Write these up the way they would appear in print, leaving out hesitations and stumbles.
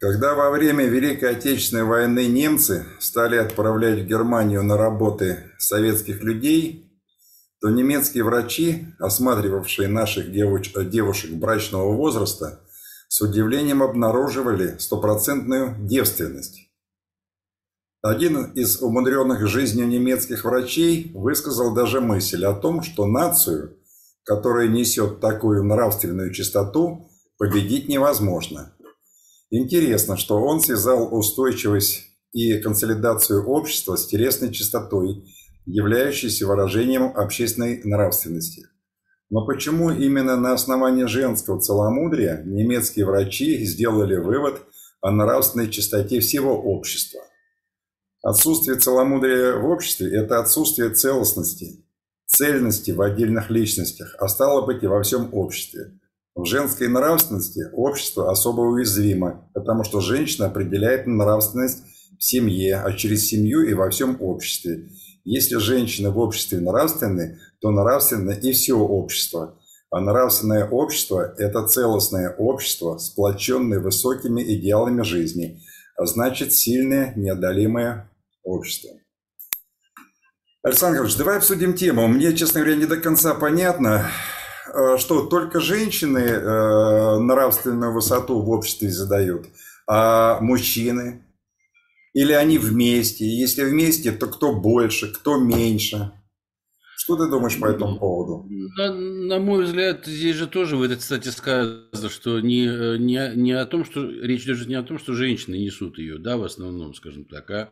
Когда во время Великой Отечественной войны немцы стали отправлять в Германию на работы советских людей, то немецкие врачи, осматривавшие наших девушек брачного возраста, с удивлением обнаруживали стопроцентную девственность. Один из умудренных жизнью немецких врачей высказал даже мысль о том, что нацию, которая несет такую нравственную чистоту, победить невозможно. Интересно, что он связал устойчивость и консолидацию общества с телесной чистотой, являющейся выражением общественной нравственности. Но почему именно на основании женского целомудрия немецкие врачи сделали вывод о нравственной чистоте всего общества? Отсутствие целомудрия в обществе – это отсутствие целостности, цельности в отдельных личностях, а стало быть и во всем обществе. В женской нравственности общество особо уязвимо, потому что женщина определяет нравственность в семье, а через семью и во всем обществе. Если женщины в обществе нравственны, то нравственно и все общество. А нравственное общество – это целостное общество, сплоченное высокими идеалами жизни, а значит сильное, неодолимое общество. Александр Григорьевич, давай обсудим тему. Мне, честно говоря, не до конца понятно, что только женщины нравственную высоту в обществе задают, а мужчины? Или они вместе? Если вместе, то кто больше, кто меньше? Что ты думаешь по этому поводу? На мой взгляд, здесь же тоже в этой цитате сказано, что не о том, что речь идет не о том, что женщины несут ее, да, в основном, скажем так, а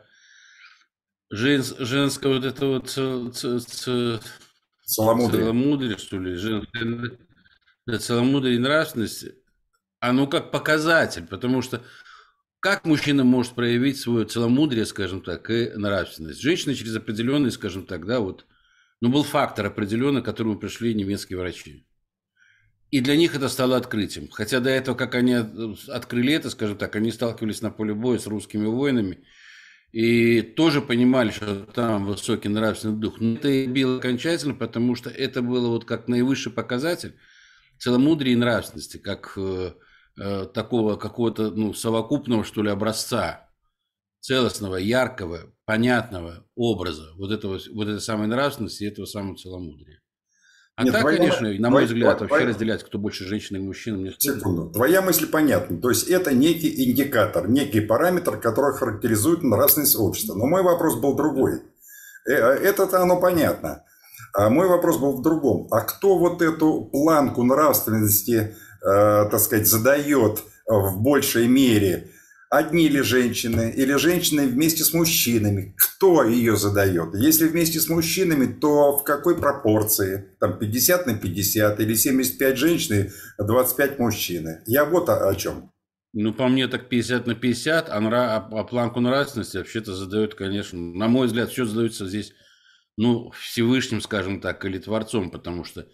женское вот это вот целомудрие, что ли, женское целомудрие и нравственность, оно как показатель, потому что как мужчина может проявить свое целомудрие, скажем так, и нравственность? Женщина через определенный, скажем так, да, вот, был фактор определенный, к которому пришли немецкие врачи. И для них это стало открытием. Хотя до этого, как они открыли это, скажем так, они сталкивались на поле боя с русскими воинами и тоже понимали, что там высокий нравственный дух. Но это и било окончательно, потому что это было вот как наивысший показатель целомудрия и нравственности, как такого какого-то совокупного, что ли, образца, целостного, яркого, понятного образа вот этой самой нравственности и этого самого целомудрия. А нет, так, конечно, на мой взгляд, вообще разделять, кто больше женщин и мужчин, мне секунду. Твоя мысль понятна. То есть это некий индикатор, некий параметр, который характеризует нравственность общества. Но мой вопрос был другой. Это-то оно понятно. А мой вопрос был в другом. А кто вот эту планку нравственности, так сказать, задает в большей мере? Одни ли женщины или женщины вместе с мужчинами? Кто ее задает? Если вместе с мужчинами, то в какой пропорции? Там 50 на 50 или 75 женщин и 25 мужчин? Я вот о чем. По мне так 50 на 50, а планку нравственности вообще-то задает, конечно, на мой взгляд, все задается здесь, Всевышним, скажем так, или Творцом, потому что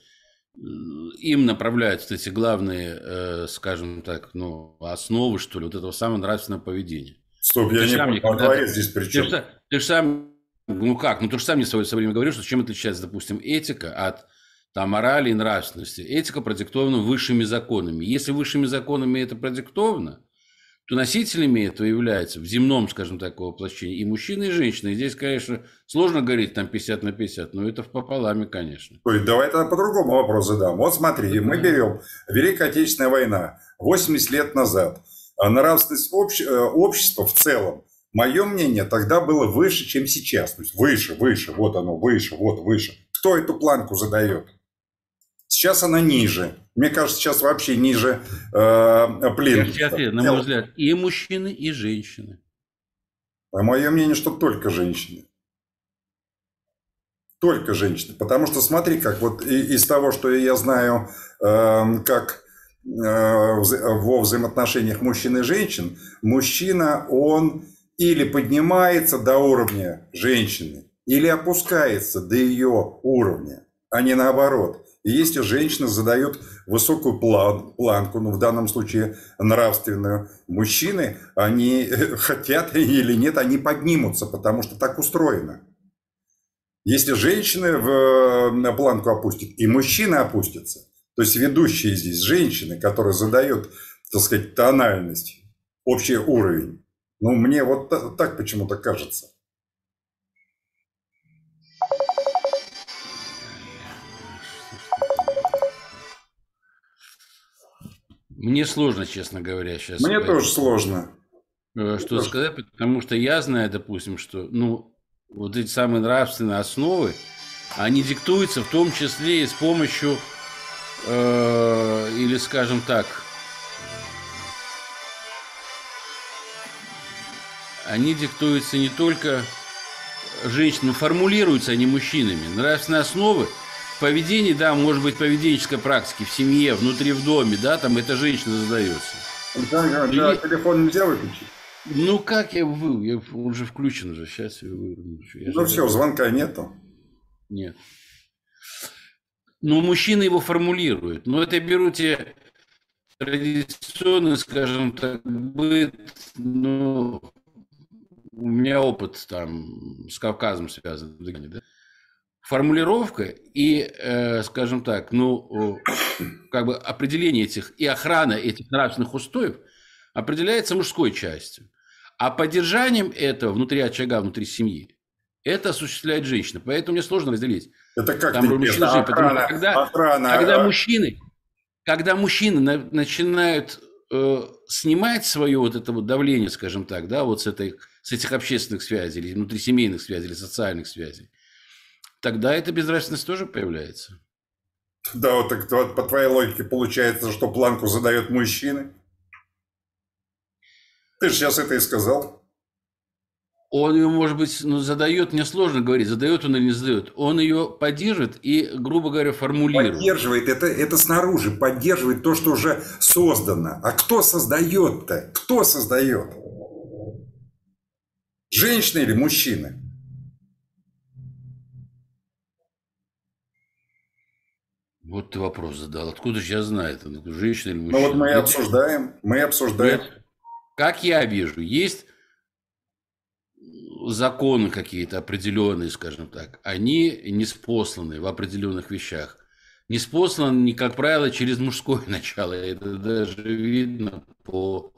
им направляются эти главные, скажем так, основы, что ли, вот этого самого нравственного поведения. Стоп, я не понял, Творец здесь при чем? Ты же сам, ты же сам мне в свое время говорил, что чем отличается, допустим, этика от морали и нравственности. Этика продиктована высшими законами. Если высшими законами это продиктовано, то носителями этого являются в земном, скажем так, воплощении и мужчины, и женщины. И здесь, конечно, сложно говорить 50 на 50, но это впополаме, конечно. Ой, давай тогда по-другому вопрос задам. Вот смотри, мы берем Великая Отечественная война 80 лет назад. Нравственность общества в целом, мое мнение, тогда было выше, чем сейчас. То есть выше, вот оно, выше. Кто эту планку задает? Сейчас она ниже. Мне кажется, сейчас вообще ниже плинтуса. На мой взгляд, и мужчины, и женщины. А мое мнение, что только женщины. Только женщины. Потому что смотри, как вот из того, что я знаю, как во взаимоотношениях мужчин и женщин, мужчина, он или поднимается до уровня женщины, или опускается до ее уровня, а не наоборот. И если женщина задает высокую планку, в данном случае нравственную, мужчины, они хотят или нет, они поднимутся, потому что так устроено. Если женщина в планку опустит, и мужчина опустится, то есть ведущие здесь женщины, которые задают, так сказать, тональность общий уровень. Ну, мне вот так почему-то кажется. Мне сложно, честно говоря, сейчас Мне тоже сложно. что сказать, потому что я знаю, допустим, что, ну, вот эти самые нравственные основы, они диктуются в том числе и с помощью, или, скажем так, они диктуются не только женщинами, формулируются они мужчинами. Нравственные основы в поведении, да, может быть, поведенческой практики в семье, внутри в доме, да, там это женщина задается. Да, телефон нельзя выключить? Ну как я уже включен уже, сейчас я выключу. Ну все, звонка нету. Нет. Ну, мужчины его формулируют. Но это берете традиционный, скажем так, быт, ну, у меня опыт там с Кавказом связан, да? Формулировка и, скажем так, ну, как бы определение этих и охрана этих нравственных устоев определяется мужской частью. А поддержанием этого внутри очага, внутри семьи, это осуществляет женщина. Поэтому мне сложно разделить. Это как там мужчины жить, потому что когда мужчины начинают снимать свое вот это вот давление, скажем так, да, вот с этих общественных связей, или внутрисемейных связей, или социальных связей, тогда эта безнравственность тоже появляется. Да, вот так по твоей логике получается, что планку задает мужчины. Ты же сейчас это и сказал. Он ее, может быть, ну, задает, мне сложно говорить, задает он или не задает. Он ее поддерживает и, грубо говоря, формулирует. Поддерживает, это снаружи, поддерживает то, что уже создано. А кто создает-то? Кто создает? Женщина или мужчина? Вот ты вопрос задал. Откуда же я знаю, это женщина или мужчина? Ну вот мы обсуждаем. Нет. Как я вижу, есть законы какие-то определенные, скажем так, они неспосланы в определенных вещах. Неспосланы, как правило, через мужское начало. Это даже видно по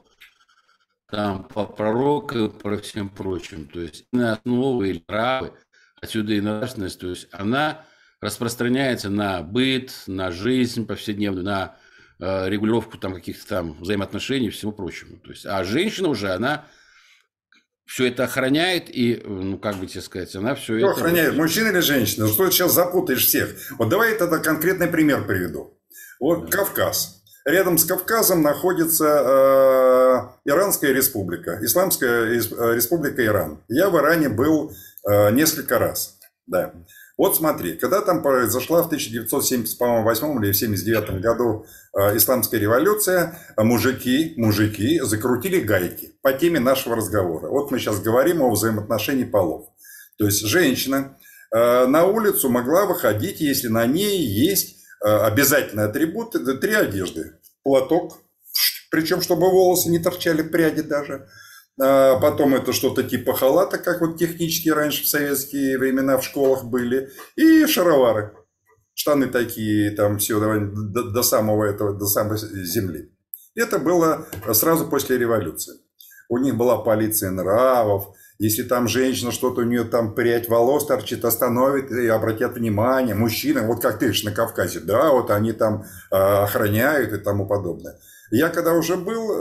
пророкам, по всем прочим. То есть на основы или нравы, отсюда и нравственность, то есть она распространяется на быт, на жизнь повседневную, на регулировку там каких-то там взаимоотношений и всему прочему. То есть, а женщина уже, она все это охраняет и, ну, как бы тебе сказать, она все это... Кто охраняет, мужчина или женщина? Что ты сейчас запутаешь всех? Вот давай тогда конкретный пример приведу. Вот Кавказ. Рядом с Кавказом находится Иранская республика, Исламская республика Иран. Я в Иране был несколько раз. Да. Вот смотри, когда там произошла в 1978 или 1979 году исламская революция, мужики закрутили гайки по теме нашего разговора. Вот мы сейчас говорим о взаимоотношении полов. То есть женщина на улицу могла выходить, если на ней есть обязательный атрибут, это 3 одежды. Платок, причем чтобы волосы не торчали, пряди даже. Потом это что-то типа халата, как вот технически раньше в советские времена в школах были. И шаровары. Штаны такие, там все до самой земли. Это было сразу после революции. У них была полиция нравов. Если там женщина, что-то у нее там прядь волос торчит, остановит и обратят внимание. Мужчины, вот как ты же на Кавказе, да, вот они там охраняют и тому подобное. Я когда уже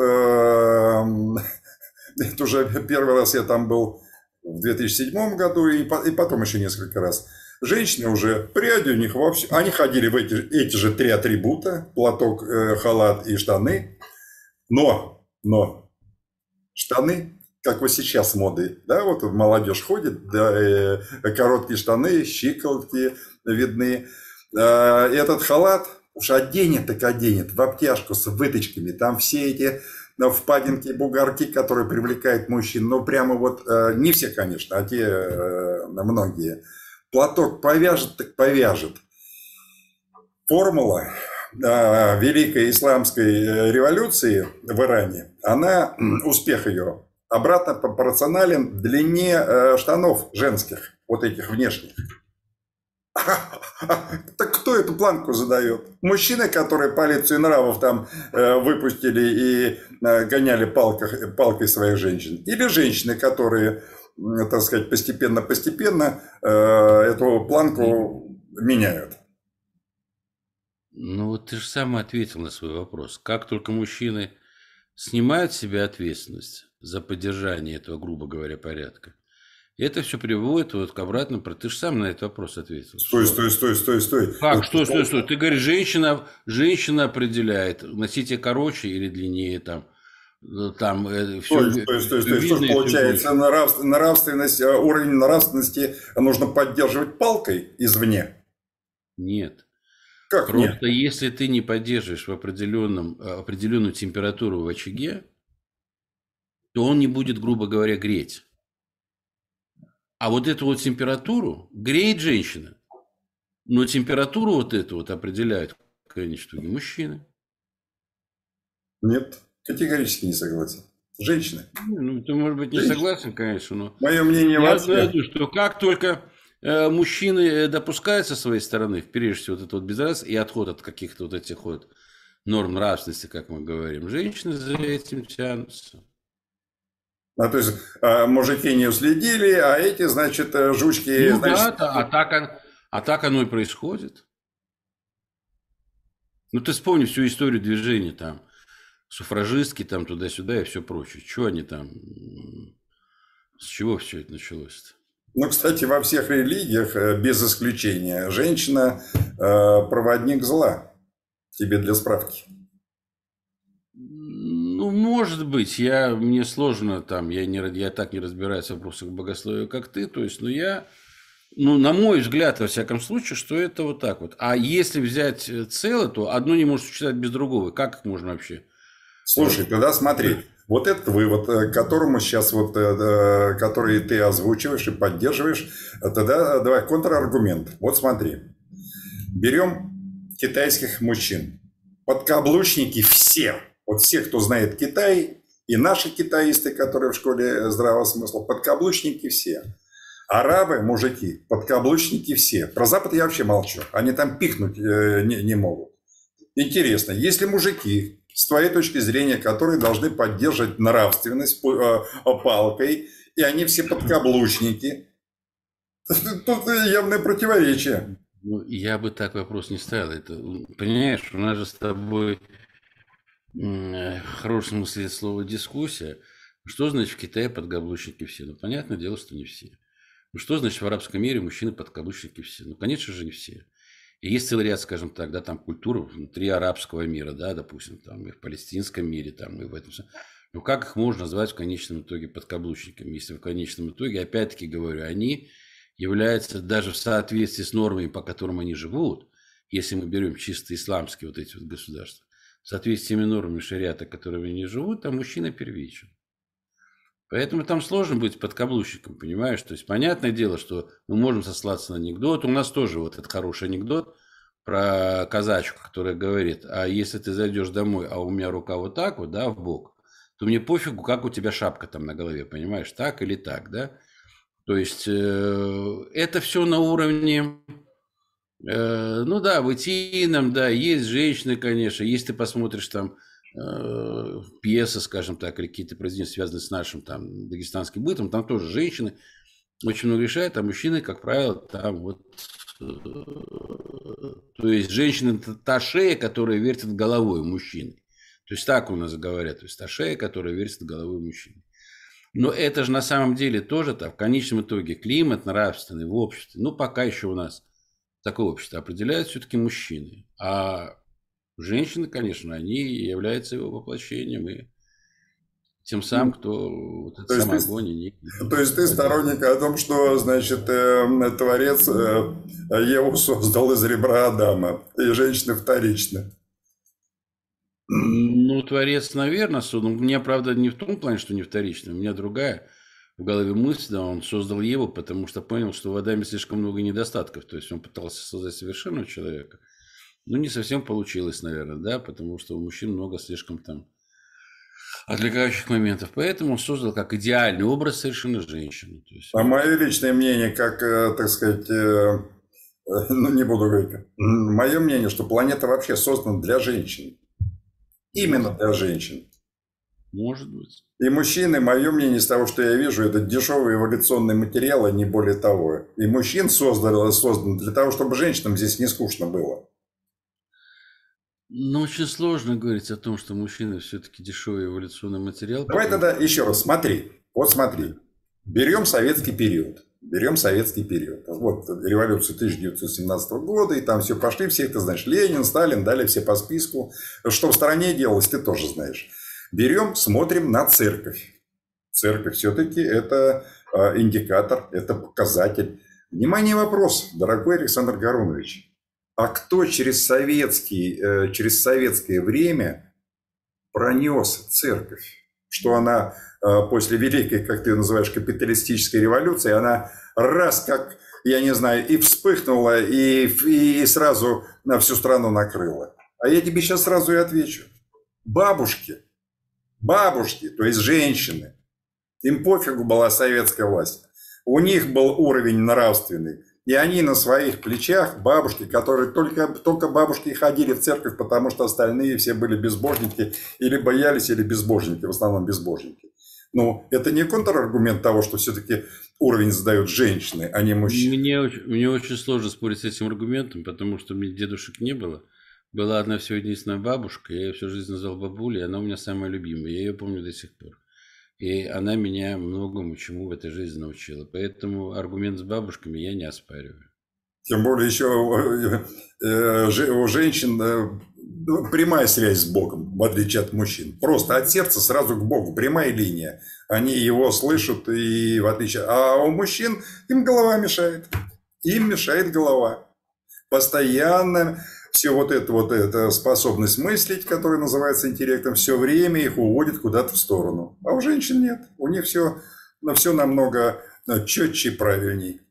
был... Это уже первый раз я там был в 2007 году и потом еще несколько раз. Женщины уже пряди у них вовсе... Они ходили в эти же 3 атрибута. Платок, халат и штаны. Но штаны, как вот сейчас моды. Да, вот молодежь ходит, да, короткие штаны, щиколотки видны. Этот халат уж оденет, так оденет в обтяжку с выточками. Там все эти... впадинки, бугорки, которые привлекают мужчин. Ну, прямо вот, не все, конечно, а те многие. Платок повяжет, так повяжет. Формула Великой Исламской революции в Иране, успех ее обратно пропорционален длине штанов женских, вот этих внешних. Так кто эту планку задает? Мужчины, которые полицию нравов там выпустили и гоняли палкой своих женщин? Или женщины, которые, так сказать, постепенно эту планку меняют? Ну вот ты же сам ответил на свой вопрос. Как только мужчины снимают с себя ответственность за поддержание этого, грубо говоря, порядка, это все приводит вот к обратному. Ты же сам на этот вопрос ответил. Стой, Что... стой, стой, стой, стой. Как? Стой. Ты говоришь, женщина определяет, носите короче или длиннее там. Там все Стой. Что ж видно и все получается, прочее. нравственность, уровень нравственности нужно поддерживать палкой извне? Нет. Как нет? Просто если ты не поддерживаешь определенную температуру в очаге, то он не будет, грубо говоря, греть. А вот эту вот температуру греет женщина. Но температуру вот эту вот определяют в конечном итоге мужчины. Нет, категорически не согласен. Женщины. Ну, ты, может быть, не Женщины. согласен, конечно, но Мое мнение я вообще. знаю, что как только мужчины допускают со своей стороны, прежде всего, вот это вот безразличие и отход от каких-то вот этих вот норм нравственности, как мы говорим, женщины за этим тянутся. То есть мужики не уследили, а эти, значит, жучки, Ну значит... да, а так оно и происходит. Ну ты вспомни всю историю движения там, суфражистки там туда-сюда и все прочее. Чего они там, с чего все это началось-то? Ну, кстати, во всех религиях, без исключения, женщина проводник зла. Тебе для справки. Ну, может быть, мне сложно там, я так не разбираюсь в вопросах богословия, как ты, то есть, на мой взгляд, во всяком случае, что это вот так вот. А если взять целое, то одно не может существовать без другого. Как их можно вообще? Слушай, тогда смотри. Вот этот вывод, к которому сейчас который ты озвучиваешь и поддерживаешь, тогда давай контраргумент. Вот смотри. Берем китайских мужчин. Подкаблучники все. Вот все, кто знает Китай, и наши китаисты, которые в школе здравого смысла, подкаблучники все. Арабы, мужики, подкаблучники все. Про Запад я вообще молчу. Они там пикнуть не могут. Интересно, если мужики, с твоей точки зрения, которые должны поддерживать нравственность палкой, и они все подкаблучники, тут явное противоречие. Ну, я бы так вопрос не ставил. Это, понимаешь, у нас же с тобой в хорошем смысле слова дискуссия. Что значит в Китае подкаблучники все? Ну, понятное дело, что не все. Ну, что значит в арабском мире мужчины подкаблучники все? Ну, конечно же, не все. И есть целый ряд, скажем так, да, там культур внутри арабского мира, да, допустим, там и в палестинском мире, там и в этом. Ну, как их можно назвать в конечном итоге подкаблучниками, если в конечном итоге, опять-таки говорю, они являются даже в соответствии с нормами, по которым они живут, если мы берем чисто исламские вот эти вот государства, в соответствии с теми нормами шариата, которыми они живут, там мужчина первичен. Поэтому там сложно быть подкаблучником, понимаешь? То есть, понятное дело, что мы можем сослаться на анекдот. У нас тоже вот этот хороший анекдот про казачку, которая говорит, а если ты зайдешь домой, а у меня рука вот так вот, да, в бок, то мне пофигу, как у тебя шапка там на голове, понимаешь? Так или так, да? То есть, это все на уровне... Ну да, в идейном, да, есть женщины, конечно. Если ты посмотришь там пьесы, скажем так, или какие-то произведения, связанные с нашим там дагестанским бытом, там тоже женщины очень много решают, а мужчины, как правило, там вот... То есть женщина – это та шея, которая вертит головой мужчины. То есть так у нас говорят. То есть та шея, которая вертит головой мужчины. Но это же на самом деле тоже так, в конечном итоге климат нравственный в обществе. Ну, пока еще у нас такое общество определяют все-таки мужчины. А женщины, конечно, они являются его воплощением и тем самым, кто вот этот сам огонь и не... То есть ты сторонник о том, что, значит, Творец Еву создал из ребра Адама, и женщины вторично. Ну, Творец, наверное, создал. У меня, правда, не в том плане, что не вторично. У меня другая в голове мысль, да, он создал Еву, потому что понял, что в Адаме слишком много недостатков. То есть он пытался создать совершенного человека. Ну, не совсем получилось, наверное, да, потому что у мужчин много слишком там отвлекающих моментов. Поэтому он создал как идеальный образ совершенно женщины. То есть... А мое личное мнение, как, так сказать, Ну, не буду говорить. Мое мнение, что планета вообще создана для женщин. Именно для женщин. Может быть. И мужчины, мое мнение, из того, что я вижу, это дешевый эволюционный материал, а не более того. И мужчин создан для того, чтобы женщинам здесь не скучно было. Но очень сложно говорить о том, что мужчина все-таки дешевый эволюционный материал. Давай тогда еще раз, смотри. Вот смотри. Берем советский период. Берем советский период. Вот революцию 1917 года, и там все пошли, все это знаешь. Ленин, Сталин, далее все по списку. Что в стране делалось, ты тоже знаешь. Берем, смотрим на церковь. Церковь все-таки это индикатор, это показатель. Внимание, вопрос, дорогой Александр Гарунович. А кто через советское время пронес церковь? Что она после великой, как ты ее называешь, капиталистической революции, она раз как, я не знаю, и вспыхнула, и сразу на всю страну накрыла. А я тебе сейчас сразу и отвечу. Бабушки, то есть женщины, им пофигу была советская власть. У них был уровень нравственный. И они на своих плечах, бабушки, которые только бабушки ходили в церковь, потому что остальные все были безбожники, или боялись, или безбожники, в основном безбожники. Но это не контраргумент того, что все-таки уровень задают женщины, а не мужчины. Мне очень сложно спорить с этим аргументом, потому что у меня дедушек не было. Была одна всего единственная бабушка, я ее всю жизнь назвал бабулей, она у меня самая любимая, я ее помню до сих пор. И она меня многому чему в этой жизни научила. Поэтому аргумент с бабушками я не оспариваю. Тем более еще у женщин прямая связь с Богом, в отличие от мужчин. Просто от сердца сразу к Богу, прямая линия. Они его слышат, и в отличие... А у мужчин им голова мешает. Им мешает голова. Постоянно все вот эта способность мыслить, которая называется интеллектом, все время их уводит куда-то в сторону. А у женщин нет. У них все намного четче и правильней.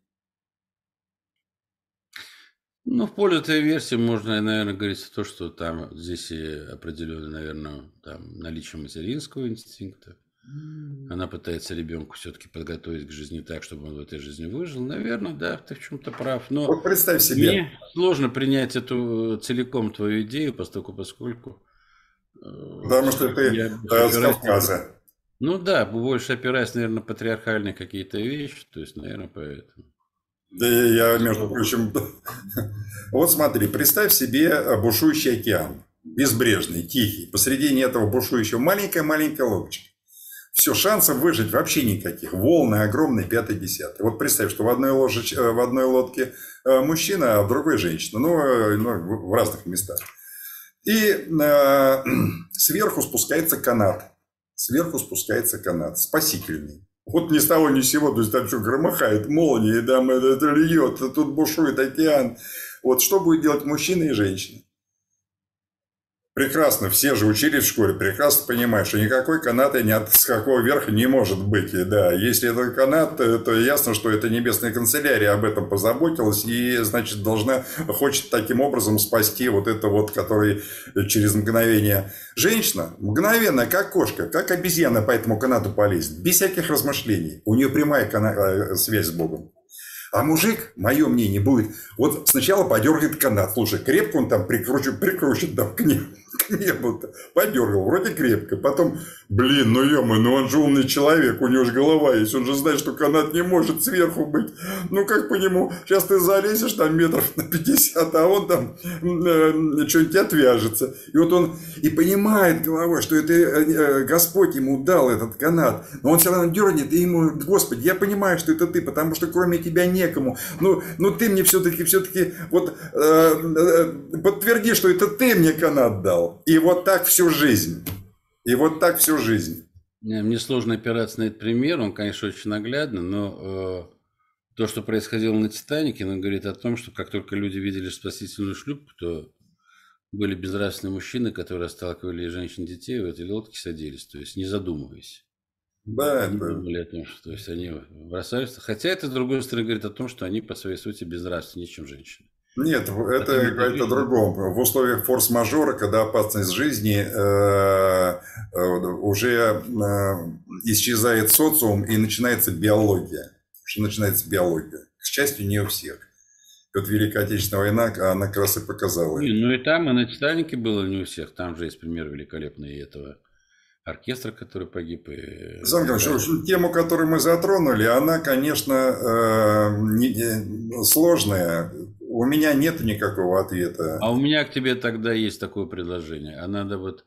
Ну, в пользу этой версии можно, наверное, говорить о том, что там здесь и определенно, наверное, там наличие материнского инстинкта. Она пытается ребенку все-таки подготовить к жизни так, чтобы он в этой жизни выжил. Наверное, да, ты в чем-то прав. Но вот представь себе. Мне сложно принять эту целиком твою идею, поскольку... Потому что ты с Кавказа. Ну да, больше опираясь, наверное, на патриархальные какие-то вещи. То есть, наверное, поэтому. Да я, между прочим... Вот смотри, представь себе бушующий океан. Безбрежный, тихий. Посредине этого бушующего маленькая-маленькая лодочка. Все, шансов выжить вообще никаких. Волны огромные, 5-10. Вот представь, что в одной лодке мужчина, а в другой женщина. Ну, в разных местах. И сверху спускается канат. Спасительный. Вот ни с того ни с сего, то есть там все громыхает, молнии, там это льет, тут бушует океан. Вот что будет делать мужчина и женщина? Прекрасно, все же учились в школе, прекрасно понимают, что никакой каната ни от с какого верха не может быть. И да, если это канат, то ясно, что это небесная канцелярия об этом позаботилась и, значит, хочет таким образом спасти вот это вот, который через мгновение. Женщина, мгновенно, как кошка, как обезьяна по этому канату полезет, без всяких размышлений. У нее прямая связь с Богом. А мужик, мое мнение, будет, вот сначала подергает канат. Слушай, крепко он там прикручен там к небу-то. Подергал, вроде крепко. Потом, блин, ну он же умный человек, у него же голова есть. Он же знает, что канат не может сверху быть. Ну как по нему, сейчас ты залезешь там метров на 50, а он там что-нибудь отвяжется. И вот он и понимает головой, что это Господь ему дал этот канат. Но он все равно дернет, и ему, Господи, я понимаю, что это ты, потому что кроме тебя некому. Ну ты мне все-таки вот подтверди, что это ты мне канат дал. И вот так всю жизнь. Мне сложно опираться на этот пример, он, конечно, очень наглядно, но то, что происходило на «Титанике», оно говорит о том, что как только люди видели спасительную шлюпку, то были безнравственные мужчины, которые сталкивали женщин, детей, в этой лодке садились, то есть не задумываясь. Да, Они думали о том, что то есть они бросались. Хотя это, с другой стороны, говорит о том, что они по своей сути безнравственнее, чем женщины. Нет, это говорит о другом. В условиях форс-мажора, когда опасность жизни уже исчезает социум и начинается биология. К счастью, не у всех. Это Великая Отечественная война, она как раз и показала. Не, ну и там, и на «Титанике» было не у всех. Там же есть пример великолепный и этого оркестра, который погиб. Александр Николаевич, в общем, тему, которую мы затронули, она, конечно, сложная. У меня нет никакого ответа. А у меня к тебе тогда есть такое предложение. А надо вот,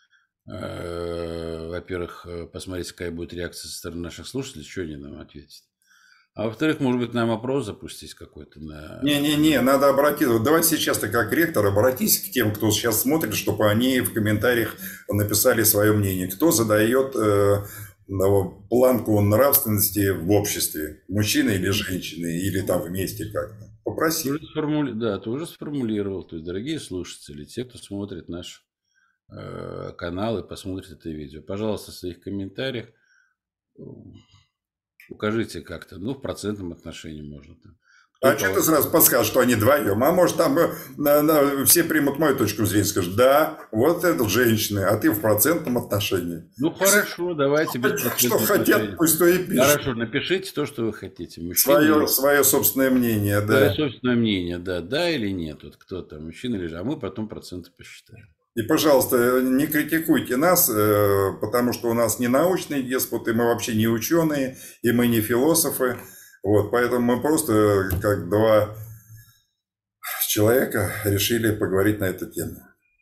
во-первых, посмотреть, какая будет реакция со стороны наших слушателей, что они нам ответят. А во-вторых, может быть, нам опрос запустить какой-то на... Не, надо обратиться. Давай сейчас ты как ректор обратись к тем, кто сейчас смотрит, чтобы они в комментариях написали свое мнение. Кто задает планку нравственности в обществе? Мужчины или женщины? Или там вместе как-то? Попроси. Да, ты уже сформулировал. То есть, дорогие слушатели, те, кто смотрит наш канал и посмотрит это видео, пожалуйста, в своих комментариях укажите как-то, ну, в процентном отношении можно. А что ты сразу подскажешь, что они вдвоем? А может, там все примут мою точку зрения, скажут, да, вот это женщины, а ты в процентном отношении. Ну, хорошо, давайте. Что хотят, пусть то и пишут. Хорошо, напишите то, что вы хотите. Свое собственное мнение, да. Свое собственное мнение, да или нет. Вот кто там, мужчина или женщина, а мы потом проценты посчитаем. И, пожалуйста, не критикуйте нас, потому что у нас не научные деспоты, мы вообще не ученые, и мы не философы. Вот, поэтому мы просто, как два человека, решили поговорить на эту тему.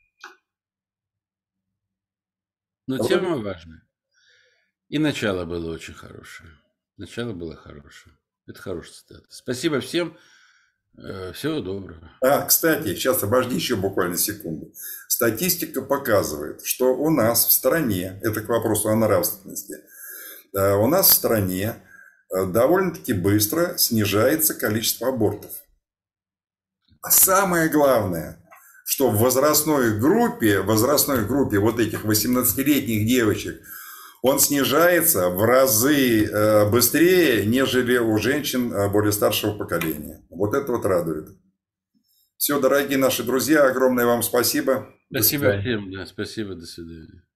Но тема важная. И начало было очень хорошее. Начало было хорошее. Это хорошая цитата. Спасибо всем. Всего доброго. Кстати, сейчас обожди еще буквально секунду. Статистика показывает, что у нас в стране, это к вопросу о нравственности, у нас в стране довольно-таки быстро снижается количество абортов. А самое главное, что в возрастной группе вот этих 18-летних девочек, он снижается в разы быстрее, нежели у женщин более старшего поколения. Вот это вот радует. Все, дорогие наши друзья, огромное вам спасибо. Спасибо всем, да, спасибо, до свидания.